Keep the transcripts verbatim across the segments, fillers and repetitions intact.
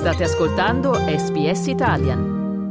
State ascoltando S B S Italian.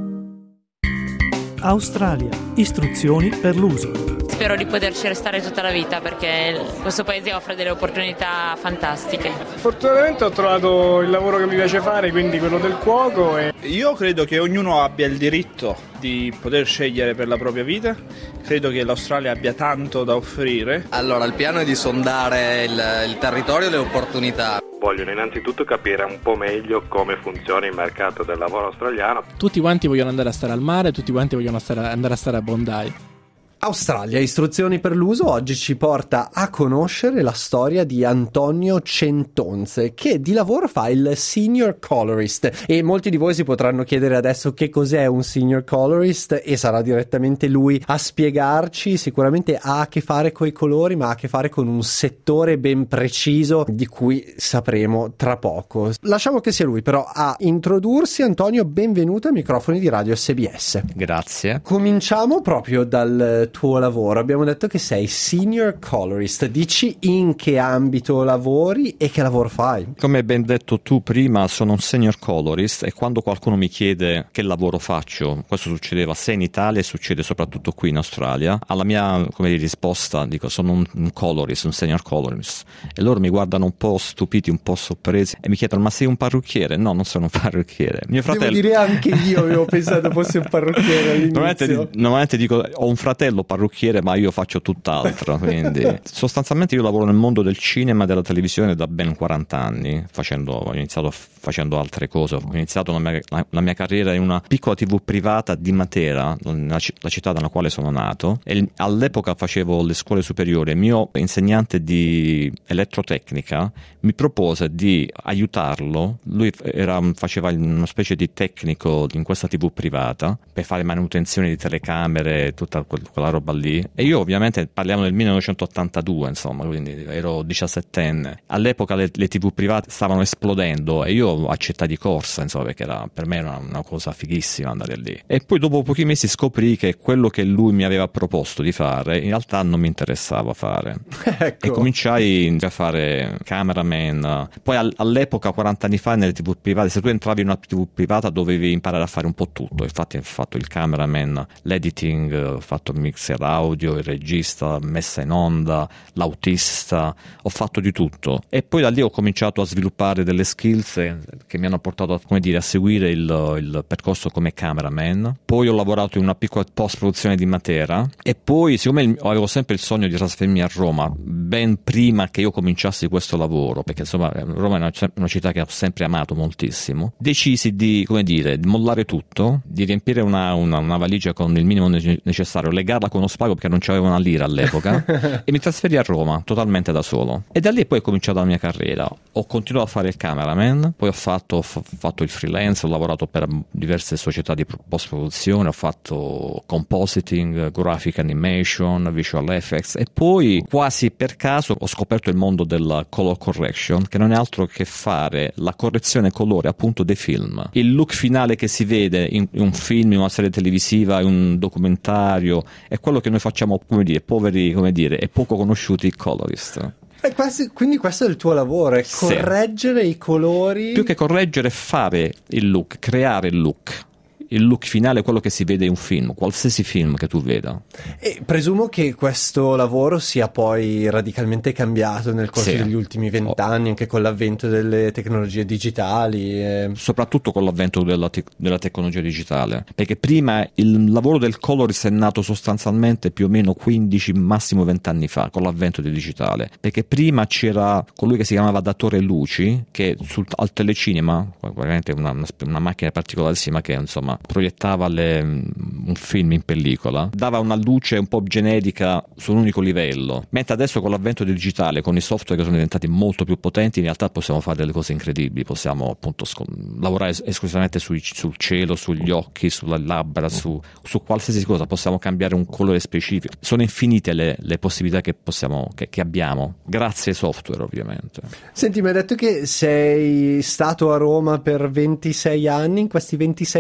Australia. Istruzioni per l'uso. Spero di poterci restare tutta la vita perché questo paese offre delle opportunità fantastiche. Fortunatamente ho trovato il lavoro che mi piace fare, quindi quello del cuoco. E... Io credo che ognuno abbia il diritto di poter scegliere per la propria vita. Credo che l'Australia abbia tanto da offrire. Allora, il piano è di sondare il, il territorio e le opportunità. Vogliono innanzitutto capire un po' meglio come funziona il mercato del lavoro australiano. Tutti quanti vogliono andare a stare al mare, tutti quanti vogliono stare, andare a stare a Bondi. Australia, istruzioni per l'uso, oggi ci porta a conoscere la storia di Antonio Centonze, che di lavoro fa il senior colorist, e molti di voi si potranno chiedere adesso che cos'è un senior colorist, e sarà direttamente lui a spiegarci. Sicuramente ha a che fare coi colori, ma ha a che fare con un settore ben preciso di cui sapremo tra poco. Lasciamo che sia lui però a introdursi. Antonio, benvenuto ai microfoni di Radio S B S. Grazie. Cominciamo proprio dal tuo lavoro. Abbiamo detto che sei senior colorist. Dici in che ambito lavori e che lavoro fai? Come ben detto tu prima, sono un senior colorist, e quando qualcuno mi chiede che lavoro faccio, questo succedeva sia in Italia e succede soprattutto qui in Australia, alla mia come dire, risposta dico sono un, un colorist, un senior colorist, e loro mi guardano un po' stupiti, un po' sorpresi e mi chiedono: ma sei un parrucchiere? No, non sono un parrucchiere. Mio fratello... Devo dire anche io avevo pensato fosse un parrucchiere all'inizio. Normalmente, normalmente dico ho un fratello parrucchiere, ma io faccio tutt'altro. Quindi sostanzialmente io lavoro nel mondo del cinema e della televisione da ben quaranta anni, facendo, ho iniziato facendo altre cose. Ho iniziato la mia, la, la mia carriera in una piccola tivù privata di Matera, la, la città nella quale sono nato, e all'epoca facevo le scuole superiori. Il mio insegnante di elettrotecnica mi propose di aiutarlo. Lui era, faceva una specie di tecnico in questa tivù privata per fare manutenzione di telecamere, tutta quella roba lì, e io ovviamente parliamo del millenovecentottantadue, insomma, quindi ero diciassettenne. All'epoca le, le tivù private stavano esplodendo e io accettai di corsa, insomma, perché era, per me era una cosa fighissima andare lì. E poi dopo pochi mesi scoprì che quello che lui mi aveva proposto di fare in realtà non mi interessava fare. Ecco. E cominciai a fare cameraman. Poi all'epoca, quaranta anni fa, nelle tivù private, se tu entravi in una tivù privata dovevi imparare a fare un po' tutto. Infatti ho fatto il cameraman, l'editing, ho fatto il mixer audio, il regista, messa in onda, l'autista, ho fatto di tutto. E poi da lì ho cominciato a sviluppare delle skills che mi hanno portato a, come dire, a seguire il, il percorso come cameraman. Poi ho lavorato in una piccola post-produzione di Matera, e poi, siccome avevo sempre il sogno di trasferirmi a Roma ben prima che io cominciassi questo lavoro, perché insomma Roma è una, una città che ho sempre amato moltissimo, decisi di, come dire, di mollare tutto, di riempire una, una, una valigia con il minimo necessario, legarla con uno spago perché non c'avevo una lira all'epoca e mi trasferì a Roma totalmente da solo. E da lì poi è cominciata la mia carriera. Ho continuato a fare il cameraman, poi ho fatto, ho fatto il freelance, ho lavorato per diverse società di post produzione, ho fatto compositing, graphic animation, visual effects, e poi quasi per caso ho scoperto il mondo della color correction, che non è altro che fare la correzione colore appunto dei film. Il look finale che si vede in un film, in una serie televisiva, in un documentario, è quello che noi facciamo, come dire, poveri, come dire, e poco conosciuti colorist. E questo, quindi questo è il tuo lavoro, è correggere sì. i colori? Più che correggere, fare il look, creare il look. Il look finale è quello che si vede in un film, qualsiasi film che tu veda. E presumo che questo lavoro sia poi radicalmente cambiato nel corso sì. degli ultimi vent'anni, anche con l'avvento delle tecnologie digitali. E... soprattutto con l'avvento della, te- della tecnologia digitale, perché prima il lavoro del colorist è nato sostanzialmente più o meno quindici, massimo venti anni fa, con l'avvento del digitale, perché prima c'era colui che si chiamava datore luci, che sul, al telecinema, veramente una, una, una macchina particolarissima che insomma proiettava le, un film in pellicola, dava una luce un po' generica su un unico livello, mentre adesso con l'avvento del digitale, con i software che sono diventati molto più potenti, in realtà possiamo fare delle cose incredibili. Possiamo appunto sc- lavorare es- esclusivamente sui, sul cielo, sugli occhi, sulle labbra, su, su qualsiasi cosa, possiamo cambiare un colore specifico. Sono infinite le, le possibilità che possiamo che, che abbiamo grazie ai software, ovviamente. Senti, mi hai detto che sei stato a Roma per ventisei anni. In questi ventisei anni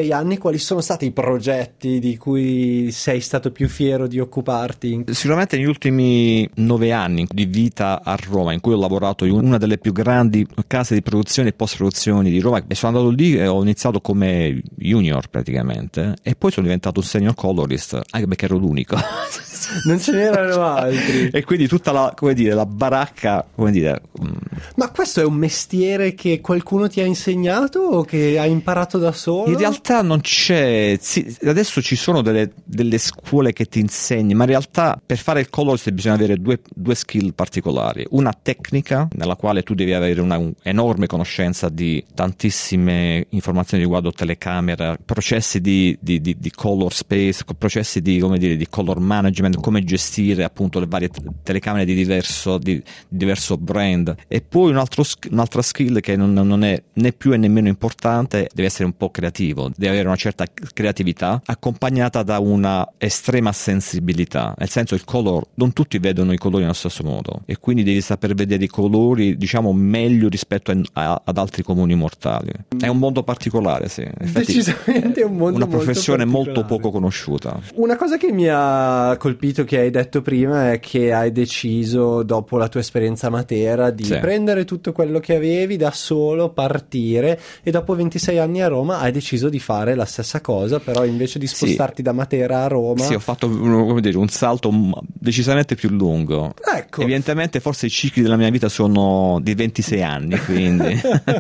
quali sono stati i progetti di cui sei stato più fiero di occuparti? Sicuramente negli ultimi nove anni di vita a Roma, in cui ho lavorato in una delle più grandi case di produzione e post-produzione di Roma, e sono andato lì e ho iniziato come junior praticamente, e poi sono diventato un senior colorist, anche perché ero l'unico. Non ce n'erano altri. E quindi tutta la, come dire, la baracca, come dire... Ma questo è un mestiere che qualcuno ti ha insegnato o che hai imparato da solo? In realtà non c'è, sì, adesso ci sono delle, delle scuole che ti insegnano, ma in realtà per fare il colorist bisogna avere due, due skill particolari: una tecnica, nella quale tu devi avere una un, enorme conoscenza di tantissime informazioni riguardo telecamera, processi di, di, di, di color space, processi di, come dire, di color management, come gestire appunto le varie telecamere di diverso, di, di diverso brand. E poi un altro, un'altra skill che non, non è né più e nemmeno importante, deve essere un po' creativo, deve avere una certa creatività accompagnata da una estrema sensibilità, nel senso il color, non tutti vedono i colori nello stesso modo, e quindi devi saper vedere i colori, diciamo, meglio rispetto a, a, ad altri comuni mortali. È un mondo particolare, sì. Infatti, decisamente è un mondo una molto professione molto particolare. poco conosciuta. Una cosa che mi ha colpito che hai detto prima è che hai deciso, dopo la tua esperienza a Matera, di Sì. prendere tutto quello che avevi da solo, partire, e dopo ventisei anni a Roma hai deciso di fare la stessa cosa, però invece di spostarti Sì. da Matera a Roma. Sì, ho fatto, come dire, un salto decisamente più lungo. Ecco. Evidentemente forse i cicli della mia vita sono di ventisei anni, quindi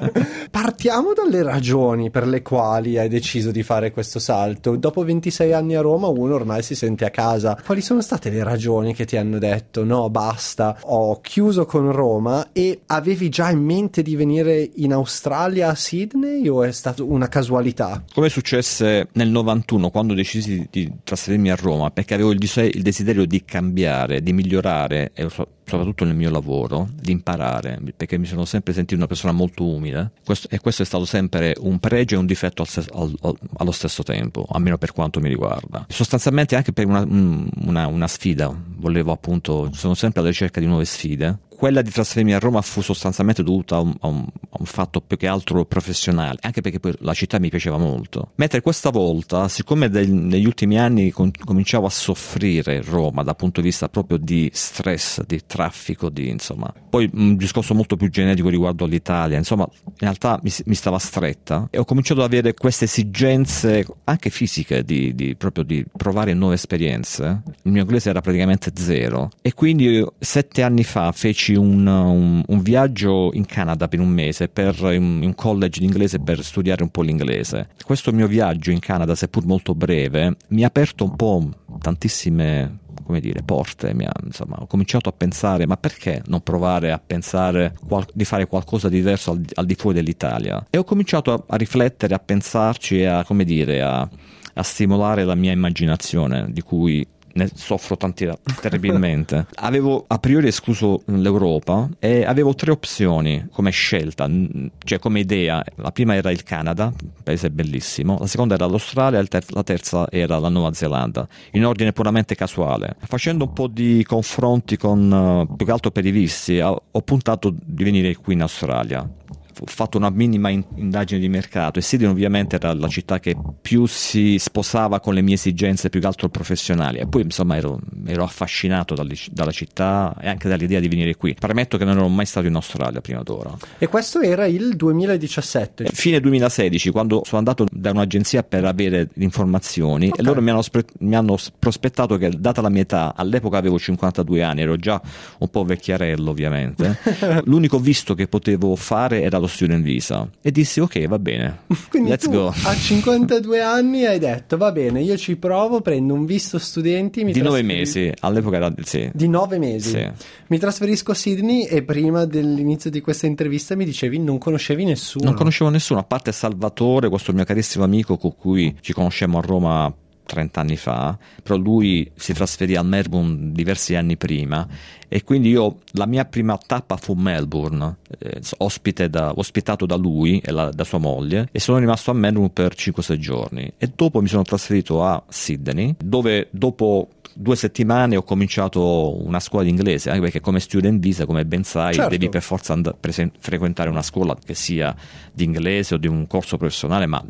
Partiamo dalle ragioni per le quali hai deciso di fare questo salto. Dopo ventisei anni a Roma uno ormai si sente a casa. Quali sono state le ragioni che ti hanno detto no, basta, ho chiuso con Roma? E avevi già in mente di venire in Australia, a Sydney, o è stata una casualità? come successe nel novantuno, quando decisi di trasferirmi a Roma, perché avevo il, dise- il desiderio di cambiare, di migliorare, e so- soprattutto nel mio lavoro, di imparare, perché mi sono sempre sentito una persona molto umile. Questo, e questo è stato sempre un pregio e un difetto al stes- al- al- allo stesso tempo, almeno per quanto mi riguarda. Sostanzialmente anche per una, una, una sfida, volevo appunto, sono sempre alla ricerca di nuove sfide. Quella di trasferirmi a Roma fu sostanzialmente dovuta a un, a, un, a un fatto più che altro professionale, anche perché poi la città mi piaceva molto. Mentre questa volta, siccome del, negli ultimi anni com- cominciavo a soffrire Roma dal punto di vista proprio di stress, di traffico, di insomma, poi un discorso molto più genetico riguardo all'Italia, insomma, in realtà mi, mi stava stretta e ho cominciato ad avere queste esigenze anche fisiche di, di proprio di provare nuove esperienze. Il mio inglese era praticamente zero, e quindi sette anni fa feci Un, un, un viaggio in Canada per un mese, per un, un college di inglese, per studiare un po' l'inglese. Questo mio viaggio in Canada, seppur molto breve, mi ha aperto un po' tantissime, come dire, porte. Mi ha, insomma, ho cominciato a pensare, ma perché non provare a pensare qual- di fare qualcosa di diverso al, al di fuori dell'Italia? E ho cominciato a, a riflettere, a pensarci e a, come dire, a, a stimolare la mia immaginazione, di cui ne soffro tanti, terribilmente. Avevo a priori escluso l'Europa e avevo tre opzioni come scelta, cioè come idea. La prima era il Canada, un paese bellissimo, la seconda era l'Australia e la terza era la Nuova Zelanda, in ordine puramente casuale. Facendo un po' di confronti con uh, più che altro per i visti, ho puntato di venire qui in Australia. Ho fatto una minima in- indagine di mercato, e Sydney ovviamente era la città che più si sposava con le mie esigenze più che altro professionali, e poi insomma ero, ero affascinato dalli- dalla città e anche dall'idea di venire qui. Premetto che non ero mai stato in Australia prima d'ora. E questo era il duemiladiciassette. Fine duemilasedici, quando sono andato da un'agenzia per avere informazioni, okay. E loro mi hanno, spre- mi hanno prospettato che, data la mia età, all'epoca avevo cinquantadue anni, ero già un po' vecchiarello ovviamente, l'unico visto che potevo fare era lo student visa, e dissi ok, va bene. Quindi let's tu go. A cinquantadue anni hai detto va bene, io ci provo, prendo un visto studenti, mi di nove trasferisco... mesi, all'epoca era sì. Di nove mesi? Sì. Mi trasferisco a Sydney, e prima dell'inizio di questa intervista mi dicevi non conoscevi nessuno. Non conoscevo nessuno, a parte Salvatore, questo mio carissimo amico con cui ci conoscemmo a Roma trenta anni fa, però lui si trasferì a Melbourne diversi anni prima, e quindi io, la mia prima tappa fu Melbourne, eh, ospite da, ospitato da lui e la, da sua moglie, e sono rimasto a Melbourne per cinque sei giorni, e dopo mi sono trasferito a Sydney, dove dopo due settimane ho cominciato una scuola di inglese, anche perché come student visa, come ben sai, certo. devi per forza and- presen- frequentare una scuola che sia di inglese o di un corso professionale, ma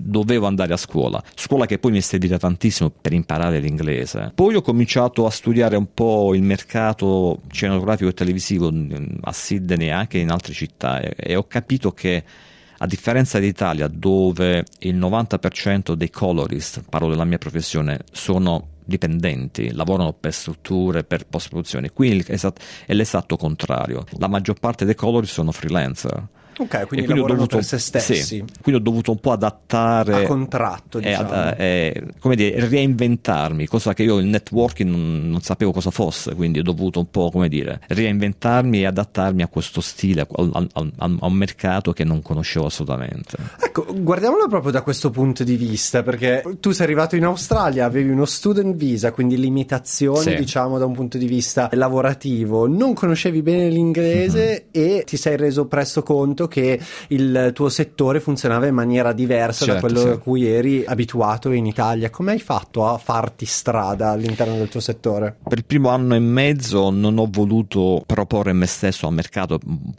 dovevo andare a scuola, scuola che poi mi è servita tantissimo per imparare l'inglese. Poi ho cominciato a studiare un po' il mercato cinematografico e televisivo a Sydney e anche in altre città, e, e ho capito che, a differenza d'Italia, dove il novanta per cento dei colorist, parlo della mia professione, sono dipendenti, lavorano per strutture, per post-produzione, qui è l'esatto contrario. La maggior parte dei colorist sono freelancer. Ok, quindi, quindi lavorano ho dovuto, per se stessi. Sì, quindi ho dovuto un po' adattare a contratto, diciamo. E, e, come dire, reinventarmi, cosa che io il networking non, non sapevo cosa fosse, quindi ho dovuto un po', come dire, reinventarmi e adattarmi a questo stile, a, a, a un mercato che non conoscevo assolutamente. Ecco, guardiamolo proprio da questo punto di vista, perché tu sei arrivato in Australia, avevi uno student visa, quindi limitazioni, sì, diciamo, da un punto di vista lavorativo, non conoscevi bene l'inglese, mm-hmm, e ti sei reso presto conto che il tuo settore funzionava in maniera diversa, certo, da quello, sì, a cui eri abituato in Italia. Come hai fatto a farti strada all'interno del tuo settore? Per il primo anno e mezzo non ho voluto proporre me stesso al mercato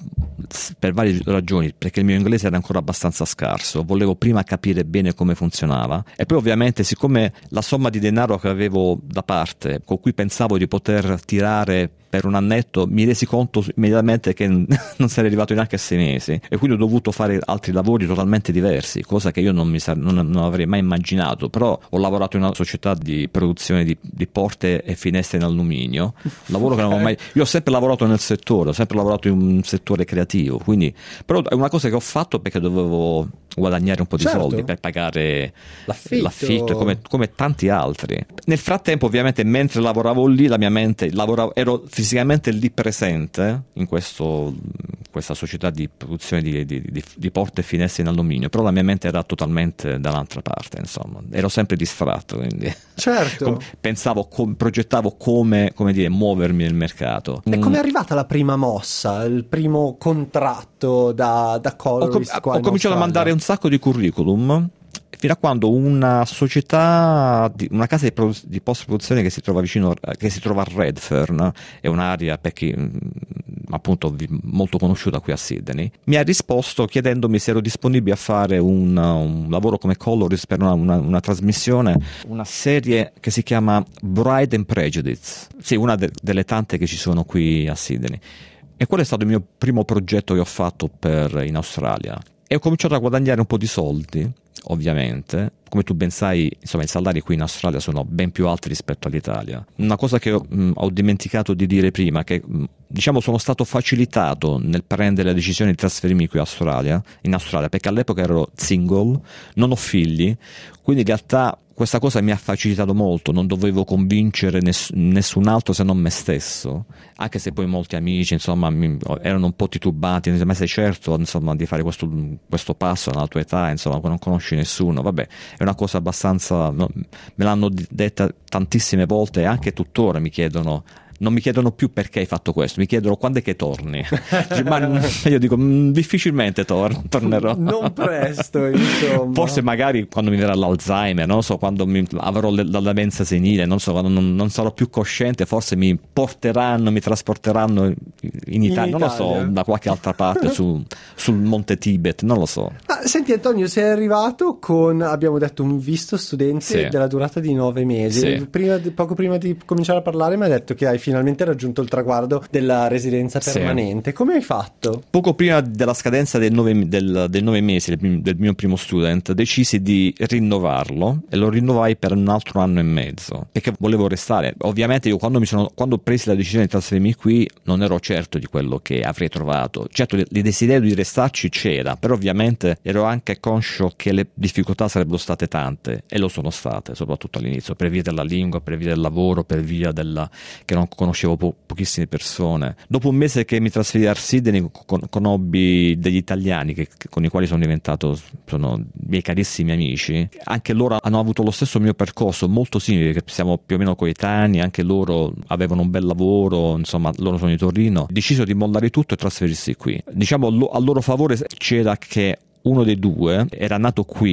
per varie ragioni, perché il mio inglese era ancora abbastanza scarso, volevo prima capire bene come funzionava, e poi ovviamente, siccome la somma di denaro che avevo da parte, con cui pensavo di poter tirare per un annetto, mi resi conto immediatamente che non sarei arrivato neanche a sei mesi, e quindi ho dovuto fare altri lavori totalmente diversi, cosa che io non, mi sar- non, non avrei mai immaginato. Però ho lavorato in una società di produzione di, di porte e finestre in alluminio, lavoro che non ho mai... Io ho sempre lavorato nel settore, ho sempre lavorato in un settore creativo, quindi però è una cosa che ho fatto perché dovevo guadagnare un po' di, certo, soldi per pagare l'affitto, l'affitto come, come tanti altri. Nel frattempo, ovviamente, mentre lavoravo lì, la mia mente lavoravo, ero fisicamente lì presente in questo, questa società di produzione di, di, di, di porte e finestre in alluminio, però la mia mente era totalmente dall'altra parte, insomma, ero sempre distratto, quindi certo, com- pensavo, com- progettavo come, come dire, muovermi nel mercato. E come è arrivata la prima mossa, il primo contratto da, da colorist? Ho, com- ho cominciato a mandare un sacco di curriculum, fino a quando una società, una casa di, produ- di post-produzione che si trova vicino, che si trova a Redfern, è un'area per chi, appunto, molto conosciuta qui a Sydney, mi ha risposto chiedendomi se ero disponibile a fare un, un lavoro come colorist per una, una, una trasmissione, una serie che si chiama Bride and Prejudice, sì, una de- delle tante che ci sono qui a Sydney. E quello è stato il mio primo progetto che ho fatto per, in Australia. E ho cominciato a guadagnare un po' di soldi, ovviamente. Come tu ben sai, insomma, i salari qui in Australia sono ben più alti rispetto all'Italia. Una cosa che ho, mh, ho dimenticato di dire prima, che mh, diciamo sono stato facilitato nel prendere la decisione di trasferirmi qui in Australia, in Australia, perché all'epoca ero single, non ho figli, quindi in realtà questa cosa mi ha facilitato molto, non dovevo convincere ness- nessun altro se non me stesso, anche se poi molti amici, insomma, mi, erano un po' titubanti, ma sei certo, insomma, di fare questo, questo passo alla tua età, insomma, non conosci nessuno. Vabbè, è una cosa abbastanza, no, me l'hanno detta tantissime volte, e anche tuttora mi chiedono, non mi chiedono più perché hai fatto questo, mi chiedono quando è che torni. Ma io dico difficilmente tor- tornerò. Non presto, insomma. Forse magari quando mi verrà l'Alzheimer, non so, quando mi avrò le- la demenza senile, non so, quando non, non sarò più cosciente, forse mi porteranno, mi trasporteranno in Italia, in Italia. Non lo so, da qualche altra parte su, sul Monte Tibet, non lo so. Ah, senti Antonio, sei arrivato con, abbiamo detto, un visto studente, sì, della durata di nove mesi. Sì. Prima di, poco prima di cominciare a parlare mi hai detto che hai finalmente raggiunto il traguardo della residenza permanente. Sì. Come hai fatto? Poco prima della scadenza del nove, del, del nove mesi del, del mio primo student, decisi di rinnovarlo, e lo rinnovai per un altro anno e mezzo, perché volevo restare. Ovviamente io quando mi sono quando ho preso la decisione di trasferirmi qui non ero certo di quello che avrei trovato. Certo, il desiderio di restarci c'era, però ovviamente ero anche conscio che le difficoltà sarebbero state tante, e lo sono state, soprattutto all'inizio, per via della lingua, per via del lavoro, per via della che non conoscevo po- pochissime persone. Dopo un mese che mi trasferì a Sydney, con- conobbi degli italiani che, che, con i quali sono diventato sono miei carissimi amici. Anche loro hanno avuto lo stesso mio percorso, molto simile, che siamo più o meno coetanei, anche loro avevano un bel lavoro, insomma, loro sono di Torino. Deciso di mollare tutto e trasferirsi qui. Diciamo, lo- a loro favore c'era che uno dei due era nato qui,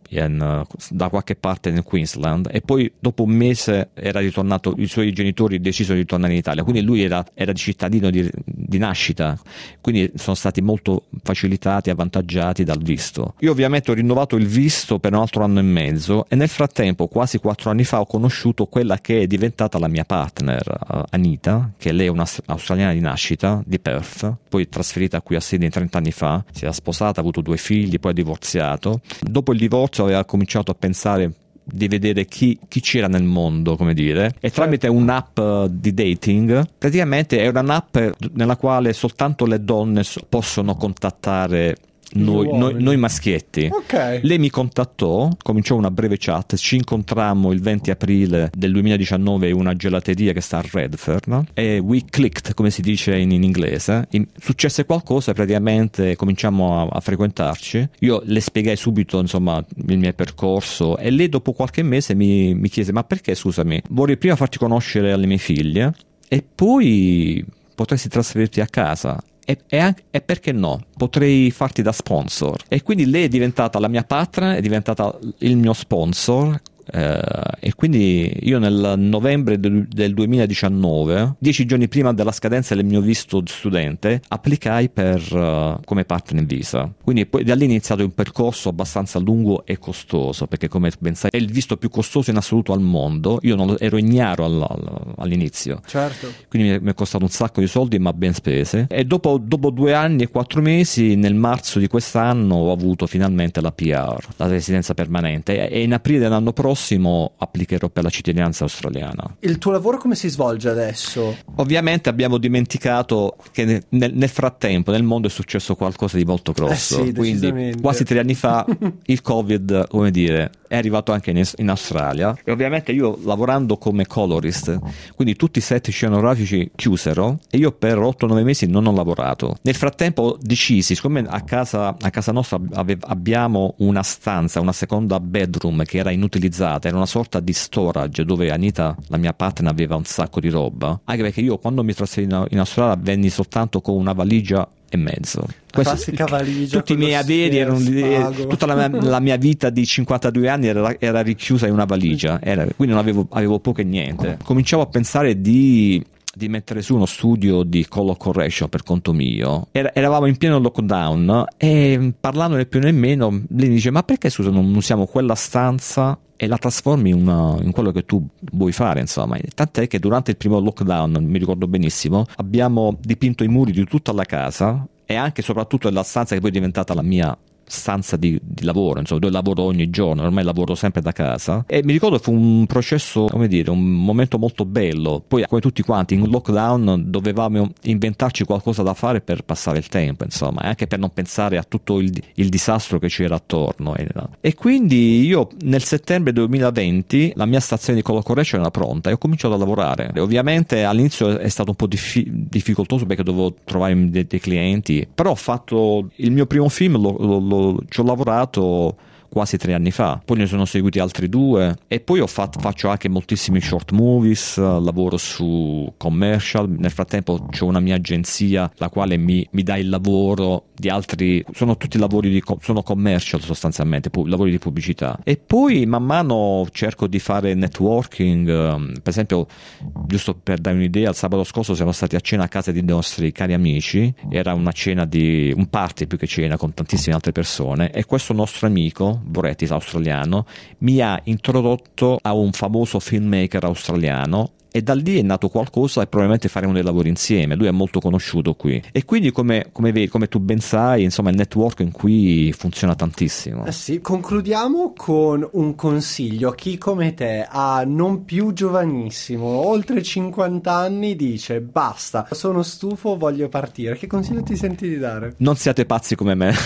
in, da qualche parte nel Queensland, e poi dopo un mese era ritornato, i suoi genitori decisero di tornare in Italia, quindi lui era, era di cittadino di, di nascita, quindi sono stati molto facilitati, avvantaggiati dal visto. Io ovviamente ho rinnovato il visto per un altro anno e mezzo, e nel frattempo, quasi quattro anni fa, ho conosciuto quella che è diventata la mia partner, uh, Anita, che lei è una australiana di nascita, di Perth, poi trasferita qui a Sydney trenta anni fa, si era sposata, ha avuto due figli, poi ha divorziato. Dopo il divorzio aveva cominciato a pensare di vedere chi, chi c'era nel mondo, come dire, e tramite un'app di dating, praticamente è un'app nella quale soltanto le donne possono contattare Noi, noi, noi maschietti. Okay. Lei mi contattò, cominciò una breve chat, ci incontrammo il venti aprile del duemiladiciannove in una gelateria che sta a Redfern, e we clicked, come si dice in, in inglese. In, successe qualcosa e praticamente cominciamo a, a frequentarci. Io le spiegai subito, insomma, il mio percorso, e lei dopo qualche mese mi, mi chiese: ma perché, scusami, vorrei prima farti conoscere alle mie figlie e poi potresti trasferirti a casa. E, e, anche, e perché no? Potrei farti da sponsor. E quindi lei è diventata la mia partner, è diventata il mio sponsor. Eh, e quindi io nel novembre del, del duemiladiciannove, dieci giorni prima della scadenza del mio visto studente, applicai per uh, come partner visa. Quindi poi da lì è iniziato un percorso abbastanza lungo e costoso, perché come ben sai è il visto più costoso in assoluto al mondo. Io non ero ignaro all, all, all'inizio, certo. Quindi mi è, mi è costato un sacco di soldi, ma ben spese. E dopo, dopo due anni e quattro mesi, nel marzo di quest'anno, ho avuto finalmente la P R, la residenza permanente, e in aprile dell'anno prossimo applicherò per la cittadinanza australiana. Il tuo lavoro come si svolge adesso? Ovviamente abbiamo dimenticato che nel, nel frattempo nel mondo è successo qualcosa di molto grosso. Eh sì, quindi quasi tre anni fa il Covid, come dire, è arrivato anche in, in Australia, e ovviamente io, lavorando come colorist, quindi tutti i set scenografici chiusero e io per otto nove mesi non ho lavorato. Nel frattempo decisi, siccome a casa, a casa nostra ave, abbiamo una stanza, una seconda bedroom che era inutilizzata, era una sorta di storage dove Anita, la mia partner, aveva un sacco di roba, anche perché io quando mi trasferì in Australia venni soltanto con una valigia e mezzo. Classica valigia, tutti i miei averi erano lì, tutta la mia, la mia vita di cinquantadue anni era, era richiusa in una valigia, era, quindi non avevo, avevo poco e niente. Cominciavo a pensare di di mettere su uno studio di color correction per conto mio. Era, eravamo in pieno lockdown e, parlando né più né meno, lei mi dice: ma perché, scusa, non usiamo quella stanza e la trasformi in, una, in quello che tu vuoi fare, insomma. Tant'è che durante il primo lockdown, mi ricordo benissimo, abbiamo dipinto i muri di tutta la casa e anche e soprattutto della stanza che poi è diventata la mia stanza di, di lavoro, insomma, dove lavoro ogni giorno, ormai lavoro sempre da casa, e mi ricordo fu un processo, come dire, un momento molto bello. Poi, come tutti quanti in lockdown, dovevamo inventarci qualcosa da fare per passare il tempo, insomma, e anche per non pensare a tutto il, il disastro che c'era attorno. E quindi io nel settembre duemilaventi la mia stazione di color correction era pronta e ho cominciato a lavorare. E ovviamente all'inizio è stato un po' diffi- difficoltoso perché dovevo trovare dei, dei clienti, però ho fatto il mio primo film, lo, lo ci ho lavorato quasi tre anni fa, poi ne sono seguiti altri due e poi ho fatto, faccio anche moltissimi short movies, lavoro su commercial. Nel frattempo c'ho una mia agenzia la quale mi, mi dà il lavoro di altri, sono tutti lavori di sono commercial sostanzialmente, pu- lavori di pubblicità, e poi man mano cerco di fare networking. Um, per esempio, giusto per dare un'idea, il sabato scorso siamo stati a cena a casa di nostri cari amici, era una cena di un party più che cena con tantissime altre persone, e questo nostro amico Boretti, australiano, mi ha introdotto a un famoso filmmaker australiano, e da lì è nato qualcosa e probabilmente faremo dei lavori insieme. Lui è molto conosciuto qui e quindi come, come, vedi, come tu ben sai, insomma, il networking qui funziona tantissimo. Eh sì, concludiamo con un consiglio a chi come te, a non più giovanissimo, oltre cinquanta anni, dice basta, sono stufo, voglio partire. Che consiglio ti senti di dare? Non siate pazzi come me.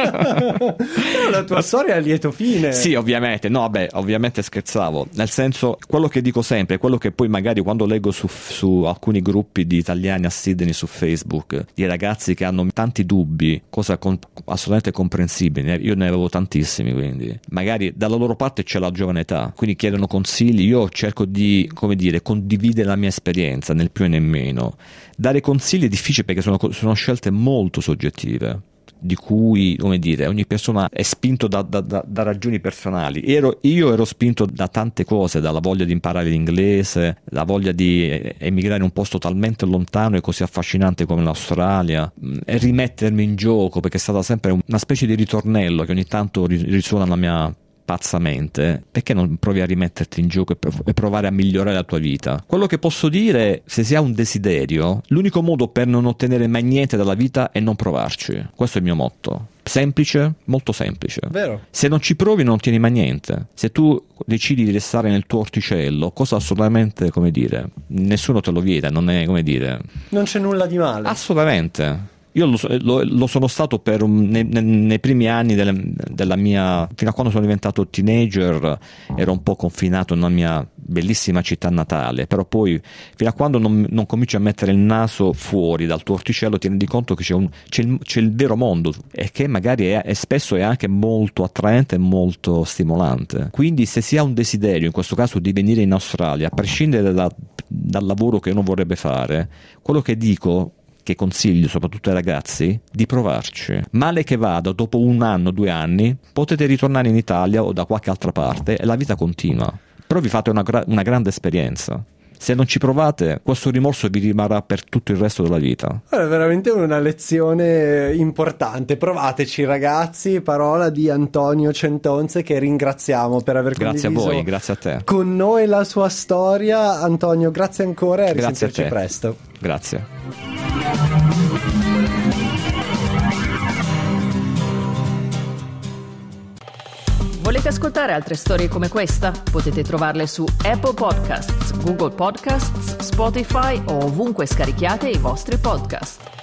Però la tua storia è a lieto fine. Sì, ovviamente, no, vabbè, ovviamente scherzavo, nel senso, quello che dico sempre, quello che poi magari quando leggo su, su alcuni gruppi di italiani a Sydney su Facebook, di ragazzi che hanno tanti dubbi, cosa con, assolutamente comprensibile, io ne avevo tantissimi, quindi magari dalla loro parte c'è la giovane età, quindi chiedono consigli. Io cerco di, come dire, condividere la mia esperienza nel più e nel meno. Dare consigli è difficile perché sono, sono scelte molto soggettive. di cui, come dire, ogni persona è spinto da, da, da, da ragioni personali. Ero, io ero spinto da tante cose, dalla voglia di imparare l'inglese, la voglia di emigrare in un posto talmente lontano e così affascinante come l'Australia, e rimettermi in gioco, perché è stata sempre una specie di ritornello che ogni tanto risuona nella mia pazzamente. Perché non provi a rimetterti in gioco e provare a migliorare la tua vita? Quello che posso dire, se si ha un desiderio, l'unico modo per non ottenere mai niente dalla vita è non provarci. Questo è il mio motto. Semplice, molto semplice. Vero. Se non ci provi non ottieni mai niente. Se tu decidi di restare nel tuo orticello, cosa assolutamente, come dire, nessuno te lo vieta, non è, come dire, non c'è nulla di male. Assolutamente. Io lo, lo, lo sono stato per un, nei, nei primi anni delle, della mia, fino a quando sono diventato teenager, ero un po' confinato nella mia bellissima città natale, però poi fino a quando non, non cominci a mettere il naso fuori dal tuo orticello ti rendi conto che c'è, un, c'è, il, c'è il vero mondo, e che magari è, è spesso è anche molto attraente e molto stimolante. Quindi se si ha un desiderio, in questo caso di venire in Australia, a prescindere da, dal lavoro che uno vorrebbe fare, quello che dico, che consiglio soprattutto ai ragazzi, di provarci. Male che vada, dopo un anno, due anni, potete ritornare in Italia o da qualche altra parte e la vita continua. Però vi fate una, gra- una grande esperienza. Se non ci provate, questo rimorso vi rimarrà per tutto il resto della vita. È veramente una lezione importante. Provateci, ragazzi. Parola di Antonio Centonze, che ringraziamo per aver grazie condiviso a voi, grazie a te con noi la sua storia. Antonio, grazie ancora e a grazie risentirci a te. presto. Grazie. Volete ascoltare altre storie come questa? Potete trovarle su Apple Podcasts, Google Podcasts, Spotify o ovunque scarichiate i vostri podcast.